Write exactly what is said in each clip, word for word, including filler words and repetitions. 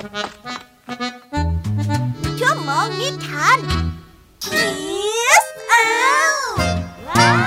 ชั่วโมงนิทาน Kiss Out ว้าว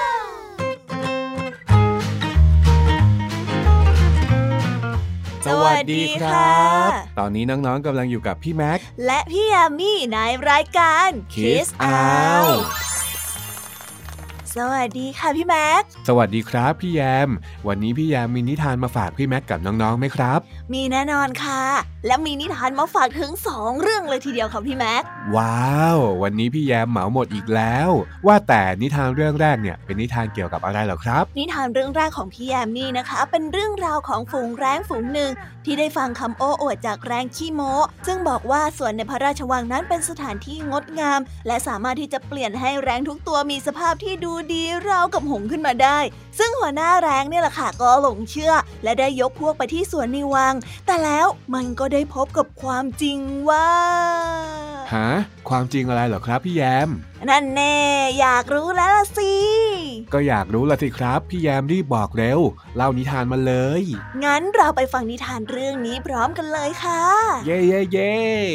สวัสดีครับตอนนี้น้องๆกำลังอยู่กับพี่แม็กและพี่ยามีในรายการ Kiss Out สวัสดีค่ะพี่แม็กสวัสดีครับพี่แยมวันนี้พี่แยมมีนิทานมาฝากพี่แม็กกับน้องๆไหมครับมีแน่นอนค่ะและมีนิทานมาฝากถึงสองเรื่องเลยทีเดียวค่ะพี่แม็กว้าววันนี้พี่แยมเหมาหมดอีกแล้วว่าแต่นิทานเรื่องแรกเนี่ยเป็นนิทานเกี่ยวกับอะไรเหรอครับนิทานเรื่องแรกของพี่แยมนี่นะคะเป็นเรื่องราวของฝูงแร้งฝูงหนึ่งที่ได้ฟังคำโอ้อวดจากแร้งขี้โม้ซึ่งบอกว่าสวนในพระราชวังนั้นเป็นสถานที่งดงามและสามารถที่จะเปลี่ยนให้แร้งทุกตัวมีสภาพที่ดูดีราวกับหงส์ขึ้นมาได้ซึ่งหัวหน้าแร้งเนี่ยแหละค่ะก็หลงเชื่อและได้ยกพวกไปที่สวนในวังแต่แล้วมันก็ได้พบกับความจริงว่าฮะความจริงอะไรเหรอครับพี่แยมนั่นแน่อยากรู้แล้วล่ะสิก็อยากรู้ละสิครับพี่แยมรีบบอกเร็วเล่านิทานมาเลยงั้นเราไปฟังนิทานเรื่องนี้พร้อมกันเลยค่ะเย่เย่เย่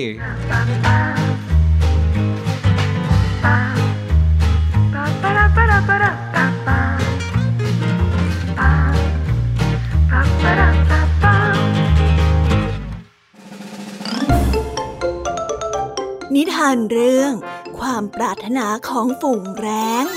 นิทานเรื่องความปรารถนาของฝูงแร้ง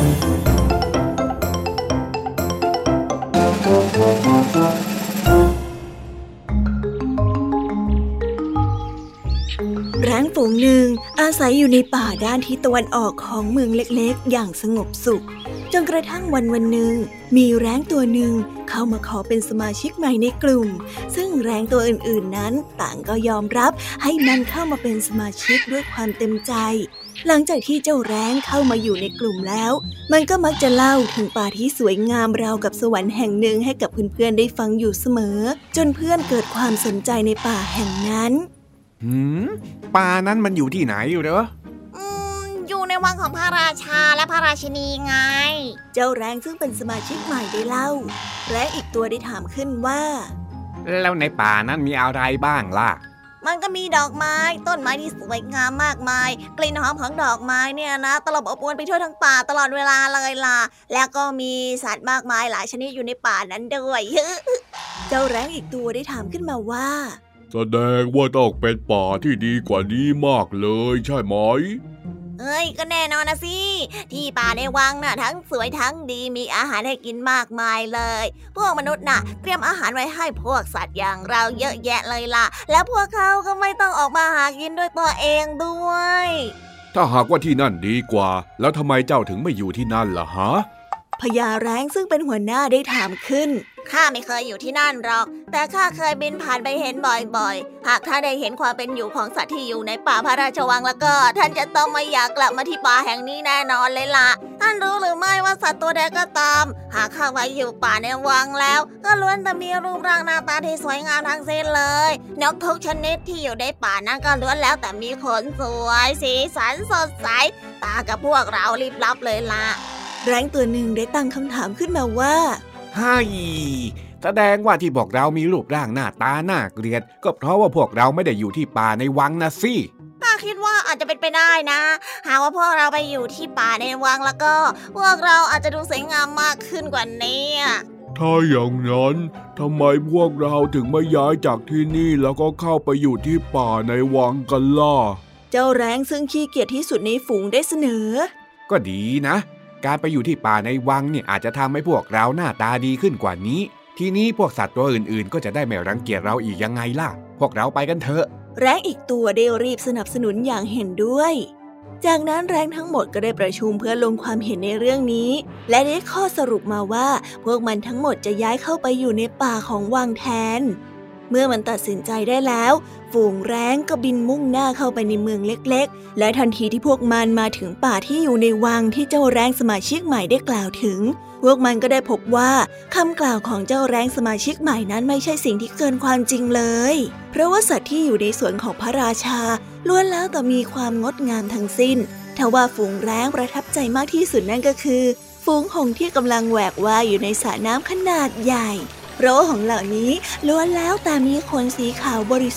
แร้งฝูงหนึ่งอาศัยอยู่ในป่าด้านทิศตะวันออกของเมืองเล็กๆอย่างสงบสุขจนกระทั่งวันวันหนึ่งมีแร้งตัวหนึ่งเข้ามาขอเป็นสมาชิกใหม่ในกลุ่มซึ่งแร้งตัวอื่นๆนั้นต่างก็ยอมรับให้มันเข้ามาเป็นสมาชิกด้วยความเต็มใจหลังจากที่เจ้าแร้งเข้ามาอยู่ในกลุ่มแล้วมันก็มักจะเล่าถึงป่าที่สวยงามราวกับสวรรค์แห่งหนึ่งให้กับเพื่อนๆได้ฟังอยู่เสมอจนเพื่อนเกิดความสนใจในป่าแห่งนั้นหืมป่านั้นมันอยู่ที่ไหนอยู่เหรออยู่ในวังของพระราชาและพระราชินีไงเจ้าแร้งซึ่งเป็นสมาชิกใหม่ได้เล่าแร้งอีกตัวได้ถามขึ้นว่าแล้วในป่านั้นมีอะไรบ้างล่ะมันก็มีดอกไม้ต้นไม้ที่สวยงามมากมายกลิ่นหอมของดอกไม้เนี่ยนะตลบอบอวลไปทั่วทั้งป่าตลอดเวลาเลยล่ะแล้วก็มีสัตว์มากมายหลายชนิดอยู่ในป่านั้นด้วยเจ้าแร้งอีกตัวได้ถามขึ้นมาว่าแสดงว่าต้องเป็นป่าที่ดีกว่านี้มากเลยใช่ไหมเอ้ยก็แน่นอนนะสิที่ป่าในวังน่ะทั้งสวยทั้งดีมีอาหารให้กินมากมายเลยพวกมนุษย์น่ะเตรียมอาหารไว้ให้พวกสัตว์อย่างเราเยอะแยะเลยล่ะแล้วพวกเขาก็ไม่ต้องออกมาหากินด้วยตัวเองด้วยถ้าหากว่าที่นั่นดีกว่าแล้วทำไมเจ้าถึงไม่อยู่ที่นั่นล่ะฮะพญาแร้งซึ่งเป็นหัวหน้าได้ถามขึ้นข้าไม่เคยอยู่ที่นั่นหรอกแต่ข้าเคยบินผ่านไปเห็นบ่อยๆหากท่านได้เห็นความเป็นอยู่ของสัตว์ที่อยู่ในป่าพระราชวังแล้วก็ท่านจะต้องไม่อยากกลับมาที่ป่าแห่งนี้แน่นอนเลยล่ะท่านรู้หรือไม่ว่าสัตว์ตัวใดก็ตามหากเข้าไปอยู่ป่าในวังแล้วก็ล้วนแต่มีรูปร่างหน้าตาที่สวยงามทั้งสิ้นเลยนกทุกชนิดที่อยู่ในป่านั้นก็ล้วนแล้วแต่มีขนสวยสีสันสดใสตากับพวกเราลิบลับเลยล่ะแร้งตัวหนึ่งได้ตั้งคำถามขึ้นมาว่าฮ่าแสดงว่าที่พวกเรามีรูปร่างหน้าตาน่าเกลียดก็เพราะว่าพวกเราไม่ได้อยู่ที่ป่าในวังนะสิข้าคิดว่าอาจจะเป็นไปได้นะหากว่าพวกเราไปอยู่ที่ป่าในวังแล้วก็พวกเราอาจจะดูสวยงามมากขึ้นกว่านี้ถ้าอย่างนั้นทำไมพวกเราถึงไม่ย้ายจากที่นี่แล้วก็เข้าไปอยู่ที่ป่าในวังกันล่ะเจ้าแร้งซึ่งขี้เกียจที่สุดในฝูงได้เสนอก็ดีนะการไปอยู่ที่ป่าในวังเนี่ยอาจจะทำให้พวกเราหน้าตาดีขึ้นกว่านี้ทีนี้พวกสัตว์ตัวอื่นๆก็จะได้ไม่รังเกียจเราอีกยังไงล่ะพวกเราไปกันเถอะแร้งอีกตัวได้รีบสนับสนุนอย่างเห็นด้วยจากนั้นแร้งทั้งหมดก็ได้ประชุมเพื่อลงความเห็นในเรื่องนี้และได้ข้อสรุปมาว่าพวกมันทั้งหมดจะย้ายเข้าไปอยู่ในป่าของวังแทนเมื่อมันตัดสินใจได้แล้วฝูงแร้งก็บินมุ่งหน้าเข้าไปในเมืองเล็กๆและทันทีที่พวกมันมาถึงป่าที่อยู่ในวังที่เจ้าแร้งสมาชิกใหม่ได้กล่าวถึงพวกมันก็ได้พบว่าคำกล่าวของเจ้าแร้งสมาชิกใหม่นั้นไม่ใช่สิ่งที่เกินความจริงเลยเพราะว่าสัตว์ที่อยู่ในสวนของพระราชาล้วนแล้วแต่มีความงดงามทั้งสิ้นทว่าฝูงแร้งประทับใจมากที่สุดนั่นก็คือฝูงหงส์ที่กำลังแหวกว่ายอยู่ในสระน้ำขนาดใหญ่เพราะหงส์เหล่านี้ล้วนแล้วแต่มีขนสีขาวบริสุทธิ์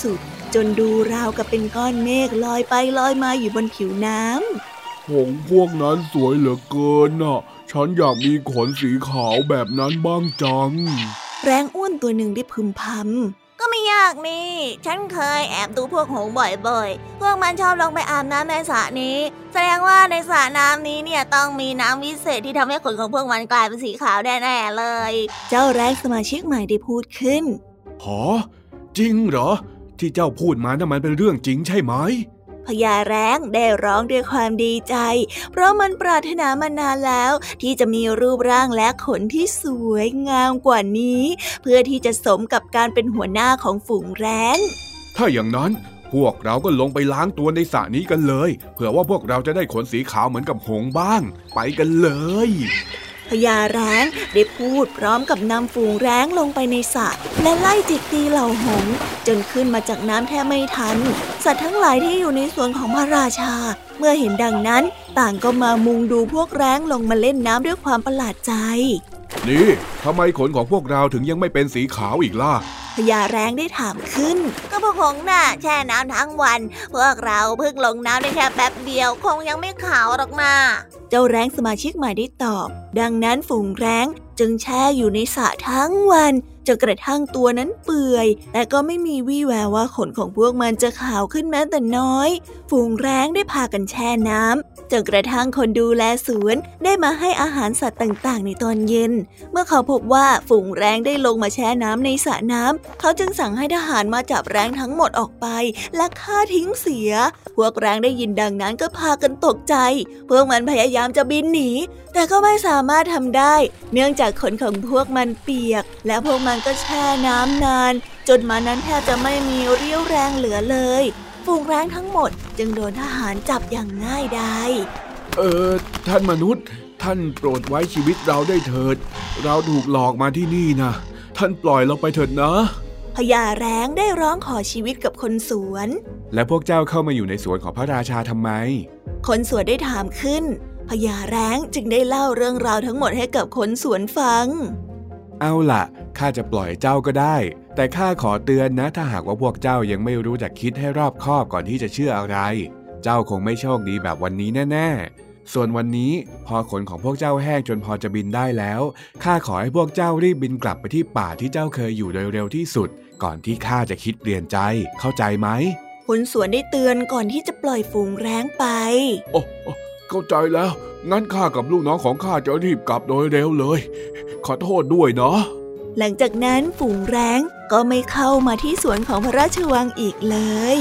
จนดูราวกับเป็นก้อนเมฆลอยไปลอยมาอยู่บนผิวน้ำหงส์พวกนั้นสวยเหลือเกินน่ะฉันอยากมีขนสีขาวแบบนั้นบ้างจังแรงอ้วนตัวหนึ่งได้พึมพำก็ไม่ยากนี่ฉันเคยแอบดูพวกหงส์บ่อยๆพวกมันชอบลงไปอาบน้ำในสระนี้แสดงว่าในสระน้ำนี้เนี่ยต้องมีน้ำวิเศษที่ทำให้ขนของพวกมันกลายเป็นสีขาวแน่ๆเลยเจ้าแรดสมาชิกใหม่ได้พูดขึ้นหอจริงเหรอที่เจ้าพูดมานั่นมันเป็นเรื่องจริงใช่ไหมพญาแร้งได้ร้องด้วยความดีใจเพราะมันปรารถนามานานแล้วที่จะมีรูปร่างและขนที่สวยงามกว่านี้เพื่อที่จะสมกับการเป็นหัวหน้าของฝูงแร้งถ้าอย่างนั้นพวกเราก็ลงไปล้างตัวในสระนี้กันเลยเผื่อว่าพวกเราจะได้ขนสีขาวเหมือนกับหงส์บ้างไปกันเลยพญาแร้งได้พูดพร้อมกับนำฝูงแร้งลงไปในสระและไล่จิกตีเหล่าหงส์จนขึ้นมาจากน้ำแทบไม่ทันสัตว์ทั้งหลายที่อยู่ในสวนของพระราชาเมื่อเห็นดังนั้นต่างก็มามุงดูพวกแร้งลงมาเล่นน้ำด้วยความประหลาดใจนี่ทำไมขนของพวกเราถึงยังไม่เป็นสีขาวอีกล่ะพญาแร้งได้ถามขึ้นก็พวกหงส์น่ะแช่น้ำทั้งวันพวกเราเพิ่งลงน้ำได้แค่แป๊บเดียวคงยังไม่ขาวหรอกนะเจ้าแร้งสมาชิกใหม่ได้ตอบดังนั้นฝูงแร้งจึงแช่อยู่ในสระทั้งวันจนกระทั่งตัวนั้นเปื่อยแต่ก็ไม่มีวี่แววว่าขนของพวกมันจะขาวขึ้นแม้แต่น้อยฝูงแร้งได้พากันแช่น้ำจนกระทั่งคนดูแลสวนได้มาให้อาหารสัตว์ต่างๆในตอนเย็นเมื่อเขาพบว่าฝูงแร้งได้ลงมาแช่น้ำในสระน้ำเขาจึงสั่งให้ทหารมาจับแร้งทั้งหมดออกไปและฆ่าทิ้งเสียพวกแร้งได้ยินดังนั้นก็พากันตกใจพวกมันพยายามจะบินหนีแต่ก็ไม่สามารถทำได้เนื่องจากขนของพวกมันเปียกและพวกมันก็แช่น้ำนานจนมานั้นแทบจะไม่มีเรี่ยวแรงเหลือเลยฝูงแร้งทั้งหมดจึงโดนทหารจับอย่างง่ายดายเออท่านมนุษย์ท่านโปรดไว้ชีวิตเราได้เถิดเราถูกหลอกมาที่นี่นะท่านปล่อยเราไปเถิดนะพญาแร้งได้ร้องขอชีวิตกับคนสวนและพวกเจ้าเข้ามาอยู่ในสวนของพระราชาทำไมคนสวนได้ถามขึ้นพญาแร้งจึงได้เล่าเรื่องราวทั้งหมดให้กับคนสวนฟังเอาล่ะข้าจะปล่อยเจ้าก็ได้แต่ข้าขอเตือนนะถ้าหากว่าพวกเจ้ายังไม่รู้จักคิดให้รอบคอบก่อนที่จะเชื่ออะไรเจ้าคงไม่โชคดีแบบวันนี้แน่ๆส่วนวันนี้พอขนของพวกเจ้าแห้งจนพอจะบินได้แล้วข้าขอให้พวกเจ้ารีบบินกลับไปที่ป่าที่เจ้าเคยอยู่โดยเร็วที่สุดก่อนที่ข้าจะคิดเปลี่ยนใจเข้าใจไหมคนสวนได้เตือนก่อนที่จะปล่อยฝูงแร้งไปโอ้เข้าใจแล้วงั้นข้ากับลูกน้องของข้าจะรีบกลับโดยเร็วเลยขอโทษด้วยเนาะหลังจากนั้นฝูงแร้งก็ไม่เข้ามาที่สวนของพระราชวังอีกเลย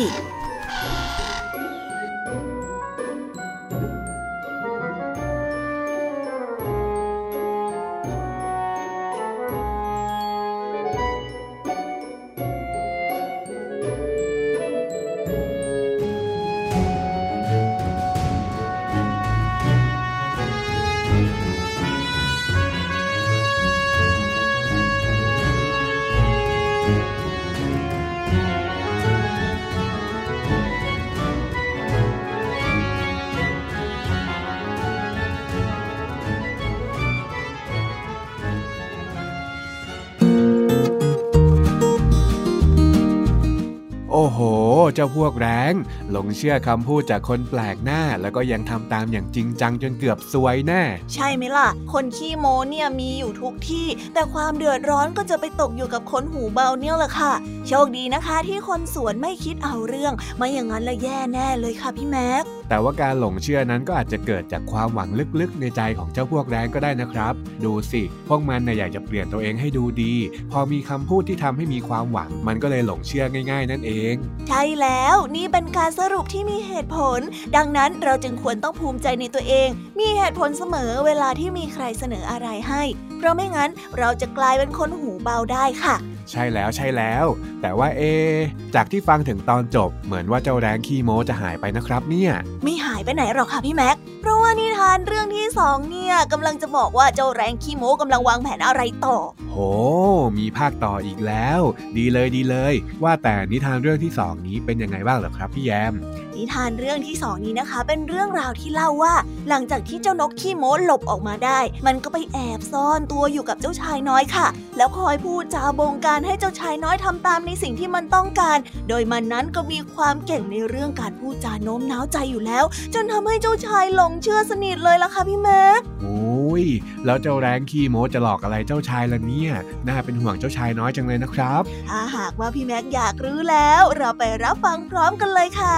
โอ้โหเจ้าพวกแร้งหลงเชื่อคำพูดจากคนแปลกหน้าแล้วก็ยังทำตามอย่างจริงจังจนเกือบซวยแน่ใช่ไหมล่ะคนขี้โม้เนี่ยมีอยู่ทุกที่แต่ความเดือดร้อนก็จะไปตกอยู่กับคนหูเบาเนี่ยแหละค่ะโชคดีนะคะที่คนสวนไม่คิดเอาเรื่องไม่อย่างนั้นละแย่แน่เลยค่ะพี่แม็กแต่ว่าการหลงเชื่อนั้นก็อาจจะเกิดจากความหวังลึกๆในใจของเจ้าพวกแร้งก็ได้นะครับดูสิพวกมันน่ะอยากจะเปลี่ยนตัวเองให้ดูดีพอมีคำพูดที่ทำให้มีความหวังมันก็เลยหลงเชื่อง่ายๆนั่นเองใช่แล้วนี่เป็นการสรุปที่มีเหตุผลดังนั้นเราจึงควรต้องภูมิใจในตัวเองมีเหตุผลเสมอเวลาที่มีใครเสนออะไรให้เพราะไม่งั้นเราจะกลายเป็นคนหูเบาได้ค่ะใช่แล้วใช่แล้วแต่ว่าเอจากที่ฟังถึงตอนจบเหมือนว่าเจ้าแร้งขี้โม้จะหายไปนะครับเนี่ยไม่หายไปไหนหรอกค่ะพี่แม็กเพราะว่านิทานเรื่องที่สองเนี่ยกำลังจะบอกว่าเจ้าแร้งขี้โม้กำลังวางแผนอะไรต่อโหมีภาคต่ออีกแล้วดีเลยดีเลยว่าแต่นิทานเรื่องที่สองนี้เป็นยังไงบ้างเหรอครับพี่แยมนิทานเรื่องที่สองนี้นะคะเป็นเรื่องราวที่เล่าว่าหลังจากที่เจ้านกขี้โม้หลบออกมาได้มันก็ไปแอบซ่อนตัวอยู่กับเจ้าชายน้อยค่ะแล้วคอยพูดจาบงการการให้เจ้าชายน้อยทำตามในสิ่งที่มันต้องการโดยมันนั้นก็มีความเก่งในเรื่องการพูดจาโน้มน้าวใจอยู่แล้วจนทำให้เจ้าชายหลงเชื่อสนิทเลยล่ะค่ะพี่แม็กโอ้ยแล้วเจ้าแรงขี้โม้จะหลอกอะไรเจ้าชายล่ะเนี่ยน่าเป็นห่วงเจ้าชายน้อยจังเลยนะครับถ้าหากว่าพี่แม็กอยากรู้แล้วเราไปรับฟังพร้อมกันเลยค่ะ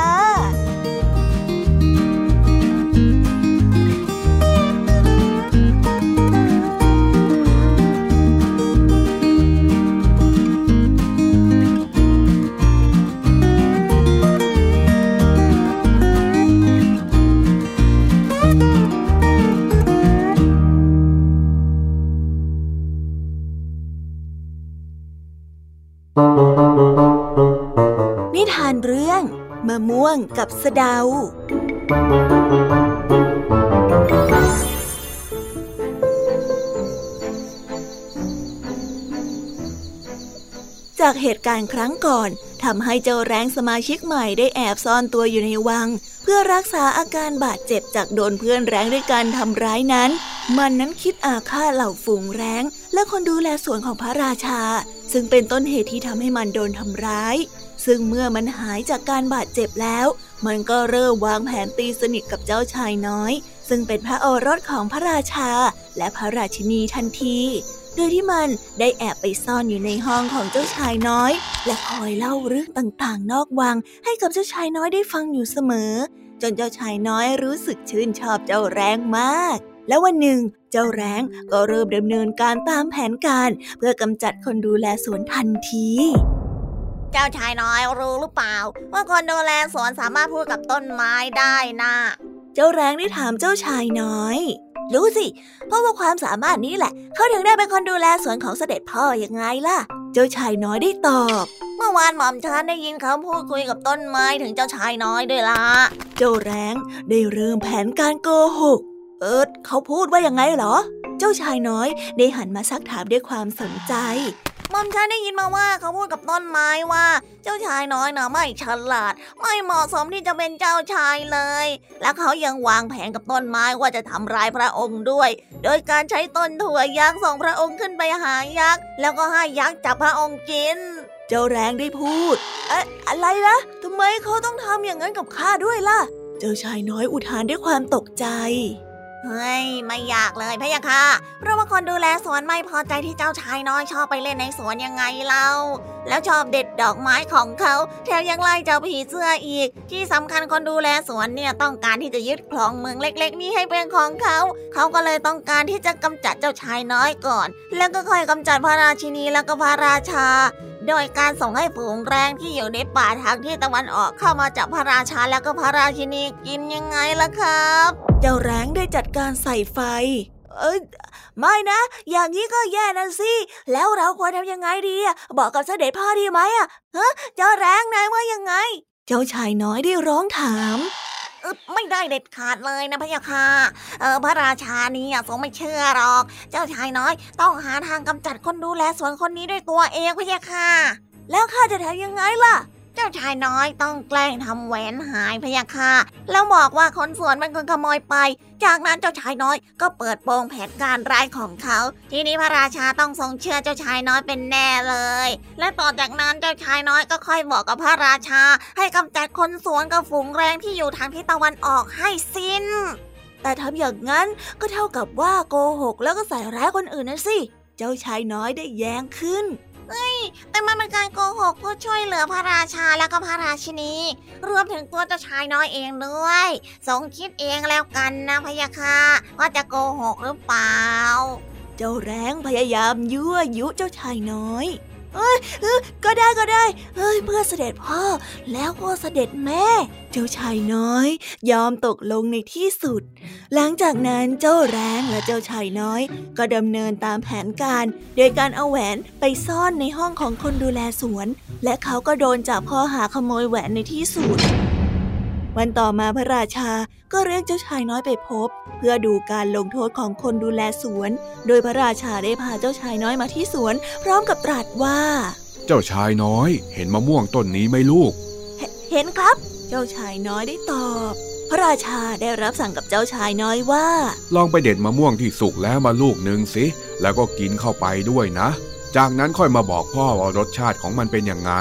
นิทานเรื่องมะม่วงกับสะเดาจากเหตุการณ์ครั้งก่อนทำให้เจ้าแร้งสมาชิกใหม่ได้แอบซ่อนตัวอยู่ในวังเพื่อรักษาอาการบาดเจ็บจากโดนเพื่อนแร้งด้วยการทำร้ายนั้นมันนั้นคิดอาฆาตเหล่าฝูงแร้งและคนดูแลสวนของพระราชาซึ่งเป็นต้นเหตุที่ทำให้มันโดนทำร้ายซึ่งเมื่อมันหายจากการบาดเจ็บแล้วมันก็เริ่มวางแผนตีสนิทกับเจ้าชายน้อยซึ่งเป็นพระโอรสของพระราชาและพระราชินีทันทีโดยที่มันได้แอบไปซ่อนอยู่ในห้องของเจ้าชายน้อยและคอยเล่าเรื่องต่างๆนอกวังให้กับเจ้าชายน้อยได้ฟังอยู่เสมอจนเจ้าชายน้อยรู้สึกชื่นชอบเจ้าแร้งมากและวันหนึ่งเจ้าแร้งก็เริ่มดำเนินการตามแผนการเพื่อกำจัดคนดูแลสวนทันทีเจ้าชายน้อยรู้หรือเปล่าว่าคนดูแลสวนสามารถพูดกับต้นไม้ได้นะเจ้าแร้งได้ถามเจ้าชายน้อยรู้สิเพราะว่าความสามารถนี้แหละเขาถึงได้เป็นคนดูแลสวนของเสด็จพ่อยังไงล่ะเจ้าชายน้อยได้ตอบเมื่อวานหม่อมฉันได้ยินเขาพูดคุยกับต้นไม้ถึงเจ้าชายน้อยด้วยล่ะเจ้าแร้งได้เริ่มแผนการโกหกเอิร์ธเขาพูดว่ายังไงเหรอเจ้าชายน้อยได้หันมาซักถามด้วยความสนใจหม่อมฉันได้ยินมาว่าเขาพูดกับต้นไม้ว่าเจ้าชายน้อยน่ะไม่ฉลาดไม่เหมาะสมที่จะเป็นเจ้าชายเลยและเขายังวางแผนกับต้นไม้ว่าจะทำร้ายพระองค์ด้วยโดยการใช้ต้นถั่วยักษ์ส่งพระองค์ขึ้นไปหายักษ์แล้วก็ให้ยักษ์จับพระองค์กินเจ้าแร้งได้พูดเอ๊ะอะไรนะทำไมเขาต้องทำอย่างนั้นกับข้าด้วยล่ะเจ้าชายน้อยอุทานด้วยความตกใจเฮ้ยไม่อยากเลยพะยะค่ะเพราะว่าคนดูแลสวนไม่พอใจที่เจ้าชายน้อยชอบไปเล่นในสวนยังไงเล่าแล้วชอบเด็ดดอกไม้ของเขาแถมยังไล่เจ้าผีเสื้ออีกที่สำคัญคนดูแลสวนเนี่ยต้องการที่จะยึดครองเมืองเล็กๆนี้ให้เป็นของเขาเขาก็เลยต้องการที่จะกำจัดเจ้าชายน้อยก่อนแล้วก็ค่อยกำจัดพระราชินีแล้วก็พระราชาโดยการส่งให้ฝูงแร้งที่อยู่ในป่าทางที่ตะวันออกเข้ามาจับพระราชาแล้วก็พระราชินีกินยังไงล่ะครับเจ้าแร้งได้จัดการใส่ไฟเอ้ยไม่นะอย่างนี้ก็แย่นะสิแล้วเราควรทำยังไงดีอ่ะบอกกับเสด็จพ่อดีไหมอ่ะฮะเจ้าแร้งนายว่ายังไงเจ้าชายน้อยได้ร้องถามเออไม่ได้เด็ดขาดเลยนะพะยะค่ะเออพระราชานี่อ่ะทรงไม่เชื่อหรอกเจ้าชายน้อยต้องหาทางกำจัดคนดูแลสวนคนนี้ด้วยตัวเองพะยะค่ะแล้วข้าจะทำยังไงล่ะเจ้าชายน้อยต้องแกล้งทำแหวนหายพะยะค่ะแล้วบอกว่าคนสวนเป็นคนขโมยไปจากนั้นเจ้าชายน้อยก็เปิดโปงแผนการร้ายของเขาทีนี้พระราชาต้องทรงเชื่อเจ้าชายน้อยเป็นแน่เลยและต่อจากนั้นเจ้าชายน้อยก็ค่อยบอกกับพระราชาให้กำจัดคนสวนกับฝูงแร้งที่อยู่ทางทิศตะวันออกให้สิ้นแต่ทำอย่างนั้นก็เท่ากับว่าโกหกแล้วก็ใส่ร้ายคนอื่นนั่นสิเจ้าชายน้อยได้แย้งขึ้นเฮ้ยแต่มันเป็นการโกหกเพื่อช่วยเหลือพระราชาและก็พระราชินีรวมถึงตัวเจ้าชายน้อยเองด้วยทรงคิดเองแล้วกันนะพะยะค่ะว่าจะโกหกหรือเปล่าเจ้าแร้งพยายามยั่วยุเจ้าชายน้อยเอ้ยเอ้ยก็ได้ก็ได้เฮ้ยเพื่อเสด็จพ่อแล้วก็เสด็จแม่เจ้าชายน้อยยอมตกลงในที่สุดหลังจากนั้นเจ้าแร้งและเจ้าชายน้อยก็ดำเนินตามแผนการโดยการเอาแหวนไปซ่อนในห้องของคนดูแลสวนและเขาก็โดนจับข้อหาขโมยแหวนในที่สุดวันต่อมาพระราชาก็เรียกเจ้าชายน้อยไปพบเพื่อดูการลงโทษของคนดูแลสวนโดยพระราชาได้พาเจ้าชายน้อยมาที่สวนพร้อมกับตรัสว่าเจ้าชายน้อยเห็นมะม่วงต้นนี้ไหมลูกเ, เห็นครับเจ้าชายน้อยได้ตอบพระราชาได้รับสั่งกับเจ้าชายน้อยว่าลองไปเด็ดมะม่วงที่สุกแล้วมาลูกนึงสิแล้วก็กินเข้าไปด้วยนะจากนั้นค่อยมาบอกพ่อว่ารสชาติของมันเป็นยังไง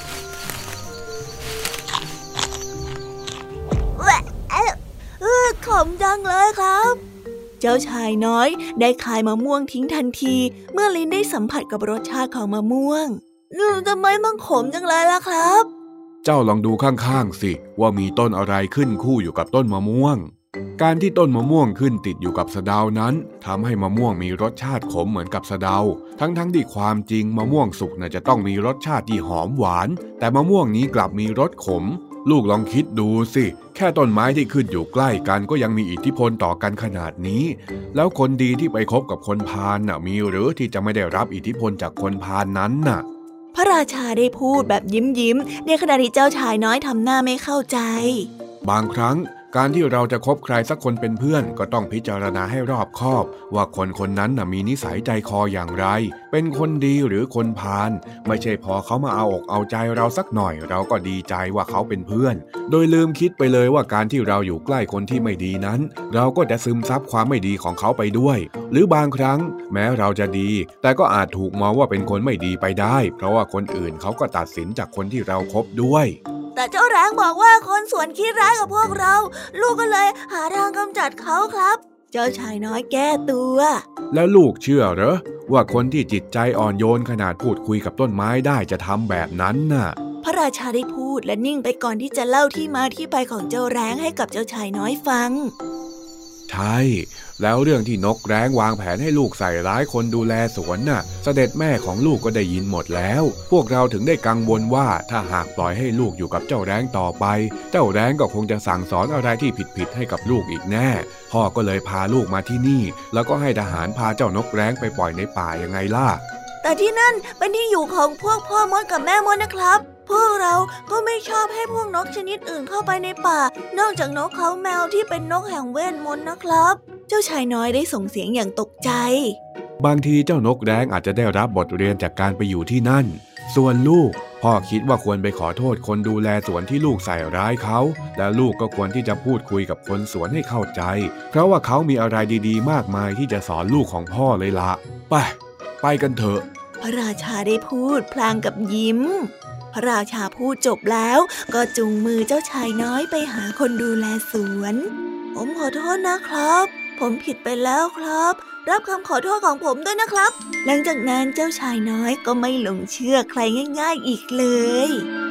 ขมจังเลยครับเจ้าชายน้อยได้คายมะม่วงทิ้งทันทีเมื่อลิ้นได้สัมผัสกับรสชาติของมะม่วงทำไมมันขมจังเลยล่ะครับเจ้าลองดูข้างๆสิว่ามีต้นอะไรขึ้นคู่อยู่กับต้นมะม่วงการที่ต้นมะม่วงขึ้นติดอยู่กับสะเดานั้นทำให้มะม่วงมีรสชาติขมเหมือนกับสะเดาทั้งๆที่ความจริงมะม่วงสุกน่าจะต้องมีรสชาติที่หอมหวานแต่มะม่วงนี้กลับมีรสขมลูกลองคิดดูสิแค่ต้นไม้ที่ขึ้นอยู่ใกล้กันก็ยังมีอิทธิพลต่อกันขนาดนี้แล้วคนดีที่ไปคบกับคนพาลน่ะมีหรือที่จะไม่ได้รับอิทธิพลจากคนพาลนั้นน่ะพระราชาได้พูดแบบยิ้มยิ้มในขณะที่เจ้าชายน้อยทำหน้าไม่เข้าใจบางครั้งการที่เราจะคบใครสักคนเป็นเพื่อนก็ต้องพิจารณาให้รอบคอบว่าคนคนนั้นน่ะมีนิสัยใจคออย่างไรเป็นคนดีหรือคนพาลไม่ใช่พอเขามาเอาอกเอาใจเราสักหน่อยเราก็ดีใจว่าเขาเป็นเพื่อนโดยลืมคิดไปเลยว่าการที่เราอยู่ใกล้คนที่ไม่ดีนั้นเราก็จะซึมซับความไม่ดีของเขาไปด้วยหรือบางครั้งแม้เราจะดีแต่ก็อาจถูกมองว่าเป็นคนไม่ดีไปได้เพราะว่าคนอื่นเขาก็ตัดสินจากคนที่เราคบด้วยแต่เจ้าแร้งบอกว่าคนสวนคิดร้ายกับพวกเราลูกก็เลยหาทางกำจัดเขาครับเจ้าชายน้อยแก้ตัวแล้วลูกเชื่อเหรอว่าคนที่จิตใจอ่อนโยนขนาดพูดคุยกับต้นไม้ได้จะทำแบบนั้นน่ะพระราชาได้พูดและนิ่งไปก่อนที่จะเล่าที่มาที่ไปของเจ้าแร้งให้กับเจ้าชายน้อยฟังใช่แล้วเรื่องที่นกแร้งวางแผนให้ลูกใส่ร้ายคนดูแลสวนน่ะเสด็จแม่ของลูกก็ได้ยินหมดแล้วพวกเราถึงได้กังวลว่าถ้าหากปล่อยให้ลูกอยู่กับเจ้าแร้งต่อไปเจ้าแร้งก็คงจะสั่งสอนอะไรที่ผิดๆให้กับลูกอีกแน่พ่อก็เลยพาลูกมาที่นี่แล้วก็ให้ทหารพาเจ้านกแร้งไปปล่อยในป่ายังไงล่ะแต่ที่นั่นเป็นที่อยู่ของพวกพ่อมดกับแม่มดนะครับพวกเราก็ไม่ชอบให้พวกนกชนิดอื่นเข้าไปในป่านอกจากนกเขาแมวที่เป็นนกแห่งเวทมนต์นะครับเจ้าชายน้อยได้ส่งเสียงอย่างตกใจบางทีเจ้านกแร้งอาจจะได้รับบทเรียนจากการไปอยู่ที่นั่นส่วนลูกพ่อคิดว่าควรไปขอโทษคนดูแลสวนที่ลูกใส่ร้ายเขาและลูกก็ควรที่จะพูดคุยกับคนสวนให้เข้าใจเพราะว่าเขามีอะไรดีๆมากมายที่จะสอนลูกของพ่อเลยละไปไปกันเถอะพระราชาได้พูดพลางกับยิ้มพระราชาพูดจบแล้วก็จูงมือเจ้าชายน้อยไปหาคนดูแลสวนผมขอโทษนะครับผมผิดไปแล้วครับรับคำขอโทษของผมด้วยนะครับหลังจากนั้นเจ้าชายน้อยก็ไม่หลงเชื่อใครง่ายๆอีกเลย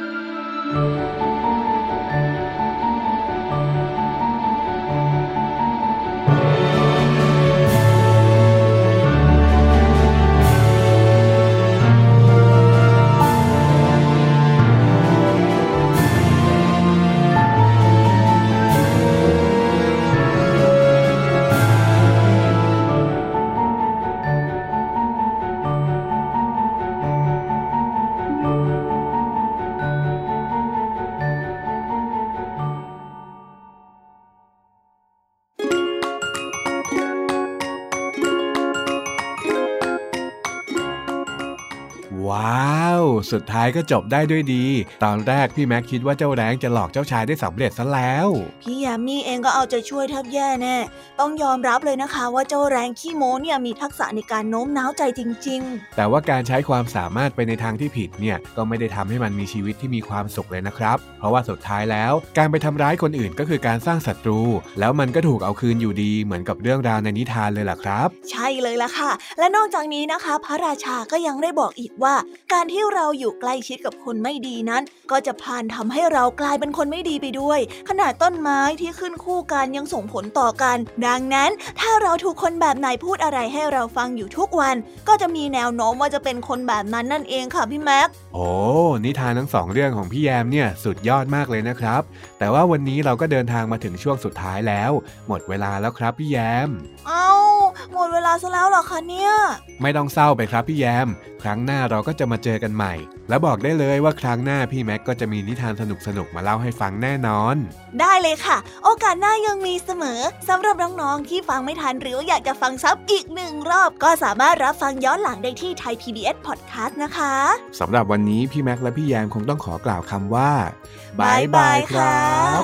ว้าวสุดท้ายก็จบได้ด้วยดีตอนแรกพี่แม็กคิดว่าเจ้าแร้งจะหลอกเจ้าชายได้สำเร็จซะแล้วพี่ยามีเองก็เอาใจช่วยแทบแย่แน่ต้องยอมรับเลยนะคะว่าเจ้าแร้งขี้โม้เนี่ยมีทักษะในการโน้มน้าวใจจริงๆแต่ว่าการใช้ความสามารถไปในทางที่ผิดเนี่ยก็ไม่ได้ทำให้มันมีชีวิตที่มีความสุขเลยนะครับเพราะว่าสุดท้ายแล้วการไปทำร้ายคนอื่นก็คือการสร้างศัตรูแล้วมันก็ถูกเอาคืนอยู่ดีเหมือนกับเรื่องราวในนิทานเลยล่ะครับใช่เลยล่ะค่ะและนอกจากนี้นะคะพระราชาก็ยังได้บอกอีกว่าการที่เราอยู่ใกล้ชิดกับคนไม่ดีนั้นก็จะพาทำให้เรากลายเป็นคนไม่ดีไปด้วยขนาดต้นไม้ที่ขึ้นคู่กันยังส่งผลต่อกันดังนั้นถ้าเราถูกคนแบบไหนพูดอะไรให้เราฟังอยู่ทุกวันก็จะมีแนวโน้มว่าจะเป็นคนแบบนั้นนั่นเองค่ะพี่แม็กโอ้นิทานทั้งสองเรื่องของพี่แยมเนี่ยสุดยอดมากเลยนะครับแต่ว่าวันนี้เราก็เดินทางมาถึงช่วงสุดท้ายแล้วหมดเวลาแล้วครับพี่แยมเอ้าหมดเวลาซะแล้วเหรอคะเนี่ยไม่ต้องเศร้าไปครับพี่แยมครั้งหน้าเราก็จะมาเจอกันใหม่และบอกได้เลยว่าครั้งหน้าพี่แม็กก็จะมีนิทานสนุกๆมาเล่าให้ฟังแน่นอนได้เลยค่ะโอกาสหน้ายังมีเสมอสำหรับน้องๆที่ฟังไม่ทันหรืออยากจะฟังซ้ำอีกหนึ่งรอบก็สามารถรับฟังย้อนหลังได้ที่ Thai พี บี เอส Podcast นะคะสำหรับวันนี้พี่แม็กและพี่แยมคงต้องขอกล่าวคำว่าบ๊ายบายครับ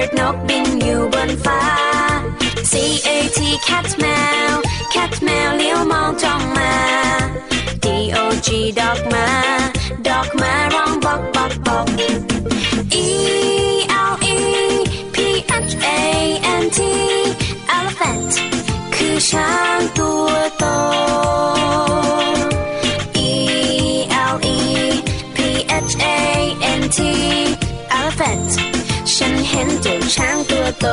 bird นกบินอยู่บนฟ้า C A T cat แมว cat แมวเลี้ยวมองจ้องมา D O G dog มา dog มาร้องบอกบอกบอก E L E P H A N T elephant คือช้างตัวโต E L E P H A N T elephant ฉันเห็นเจ้าช้างตัวโต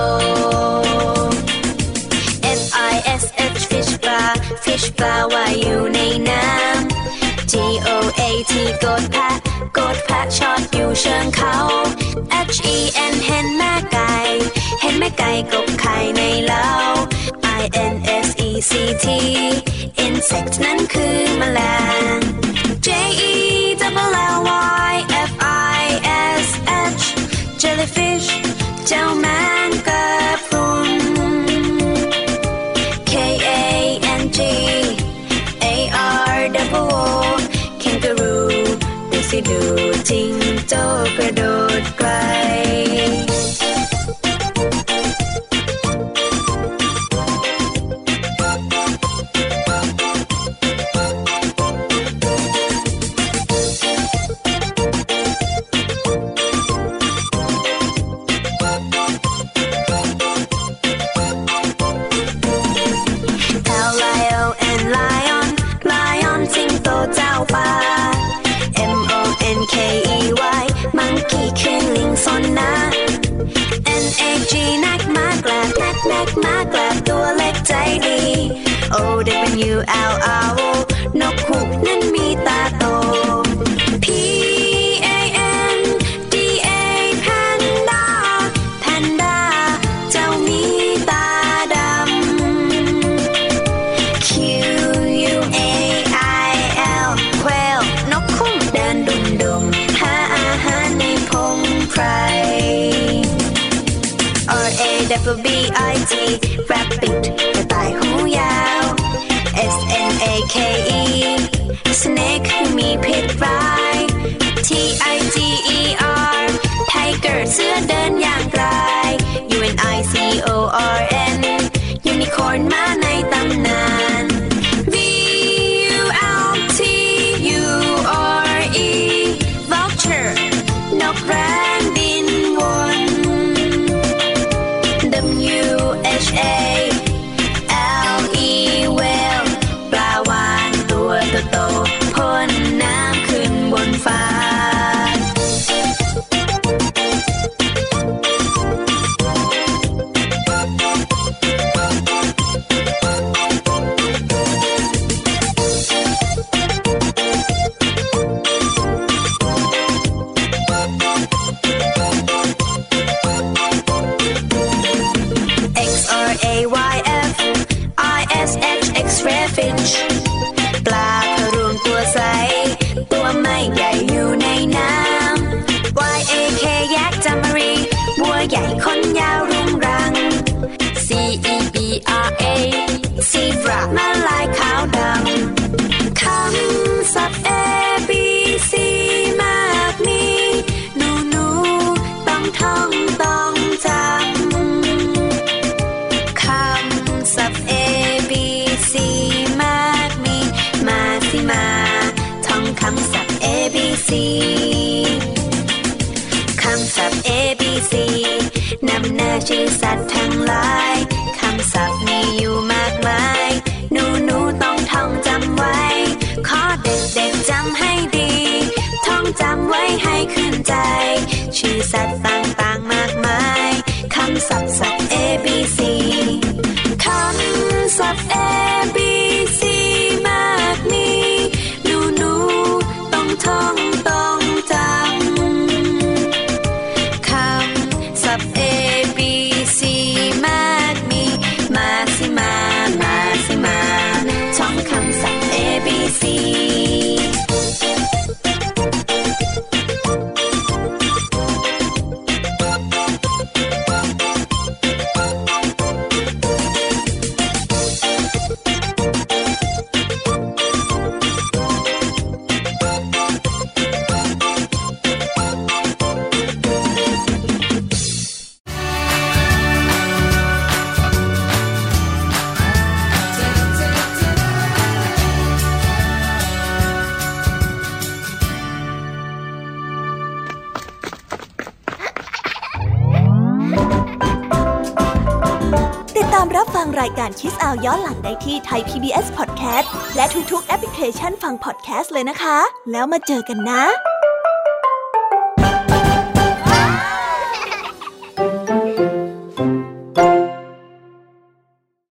F I S H fish ปลา fish ปลาว่ายอยู่ในน้ำ G O A T โกดแพะโกดแพะชอดอยู่เชิงเขา H E N เห็นแม่ไก่เห็นแม่ไก่กบไข่ในเล้า I N S E C T insect นั้นคือแมลง J E L L Y F I S H jellyfish เจ้าแมงกะพรุน K A N G A R O O kangaroo ดูสิดูจิงโจ้กระโดดไกลU L R O นกฮูกนั้นมีตาโต P A N D A Panda Panda เจ้ามีตาดำ Q U A I L Quail นกคุ้มเดินดุมดุมหาอาหารในพงไพร R A W B I T Rabbit กระต่ายหูยาว S N A K E snake มีพิษร้าย T I G E R tiger เสือเดินอย่างไกล U N I C O R N unicorn ม้าในตำนาน V U L T U R E vulture นกแร้งบินวน W H A L E whale ปลาวาฬตัวโตๆพ่นน้ำขึ้นบนฟ้า X R A Y F I S H X-ray fish ปลาพรูนตัวใสตัวไม่ใหญ่อยู่ในน้ำ Y A K yak จามรีบัวใหญ่ขนยาวรุงรัง C E B R A zebra ม้าลายขาวดำคำศัพท์ A B C มากมีหนูหนูต้องท่องต้องจำคำศัพท์ A B C มากมีมาสิมาท่องคำศัพท์ A B C คำศัพท์ A B C นำหน้าชื่อสัตว์ทั้งหลายคำศัพท์มีอยู่มากมายหนูหนูต้องท่องจำไว้ขอเด็กๆจำให้ดีท่องจำไว้ให้ขึ้นใจชื่อสัตว์ต่างๆมากมายคำศัพท์ศัพท์ A B C คำศัพท์ A B C มากมีหนูหนูต้องท่องต้องจำคำศัพท์ A B C มากมีมาสิมามาสิมาท่องคำศัพท์ A B C ามรับฟังรายการ Kids Hour ย้อนหลังได้ที่ Thai พี บี เอส Podcast และทุกๆแอปพลิเคชันฟัง podcast เลยนะคะแล้วมาเจอกันนะ